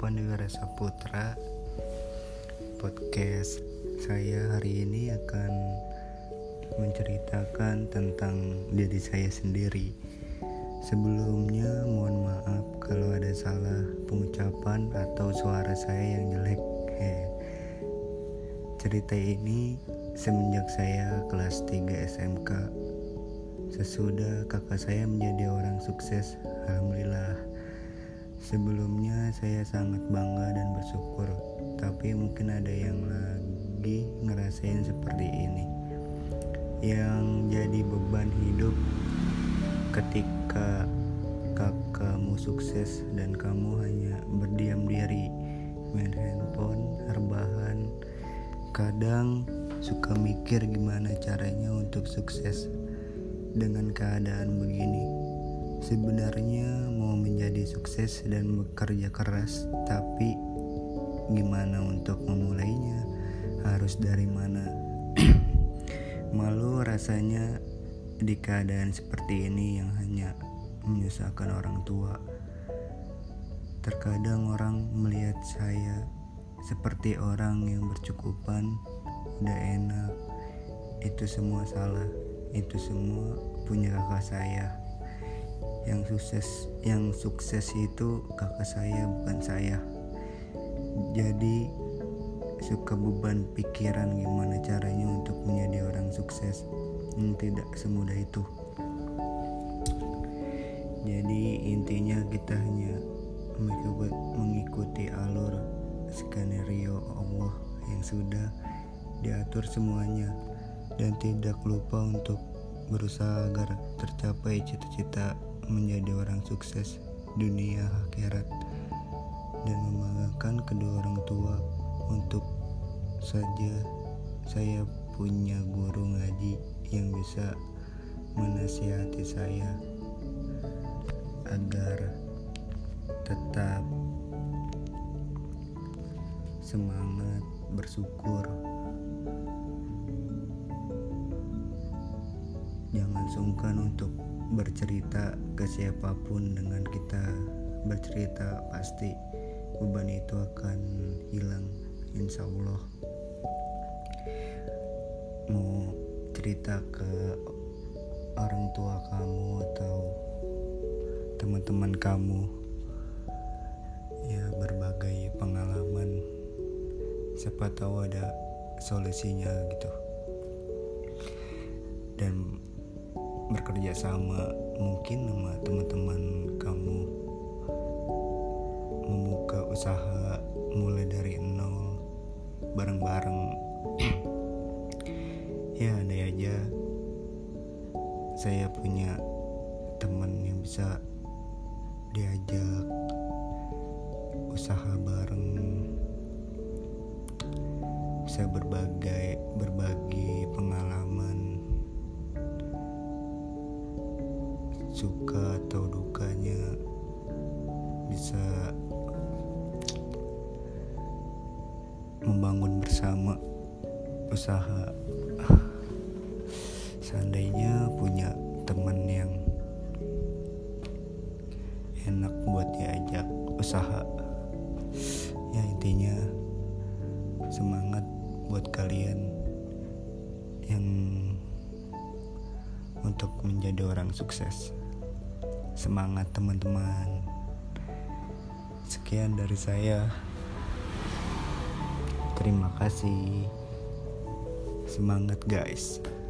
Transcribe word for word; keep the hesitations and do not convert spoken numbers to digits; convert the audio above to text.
Pandiwara Saputra. Podcast saya hari ini akan menceritakan tentang diri saya sendiri. Sebelumnya mohon maaf kalau ada salah pengucapan atau suara saya yang jelek. Heh. Cerita ini semenjak saya kelas tiga S M K. Sesudah kakak saya menjadi orang sukses, alhamdulillah. Sebelumnya saya sangat bangga dan bersyukur, tapi mungkin ada yang lagi ngerasain seperti ini. Yang jadi beban hidup ketika kakakmu sukses dan kamu hanya berdiam diri, main handphone, rebahan. Kadang suka mikir gimana caranya untuk sukses dengan keadaan begini. Sebenarnya mau menjadi sukses dan bekerja keras, tapi gimana untuk memulainya? Harus dari mana? Malu rasanya di keadaan seperti ini yang hanya menyusahkan orang tua. Terkadang orang melihat saya seperti orang yang bercukupan, udah enak. Itu semua salah. Itu semua punya kakak saya. Yang sukses, yang sukses itu kakak saya, bukan saya. Jadi suka beban pikiran gimana caranya untuk menjadi orang sukses. Hmm, tidak semudah itu. Jadi intinya kita hanya mengikuti alur skenario Allah yang sudah diatur semuanya, dan tidak lupa untuk berusaha agar tercapai cita-cita menjadi orang sukses dunia akhirat dan membanggakan kedua orang tua. Untuk saja saya punya guru ngaji yang bisa menasihati saya agar tetap semangat bersyukur. Jangan sungkan untuk bercerita ke siapapun. Dengan kita bercerita pasti beban itu akan hilang, insya Allah. Mau cerita ke orang tua kamu atau teman-teman kamu, ya berbagai pengalaman, siapa tahu ada solusinya gitu. Dan bekerja sama mungkin sama teman-teman kamu, membuka usaha mulai dari nol bareng-bareng. Ya andai aja saya punya teman yang bisa diajak usaha bareng, bisa berbagai berbagi pengalaman, suka atau dukanya, bisa membangun bersama usaha. Seandainya punya teman yang enak buat diajak usaha, ya intinya semangat buat kalian yang untuk menjadi orang sukses. Semangat teman-teman. Sekian dari saya. Terima kasih. Semangat guys.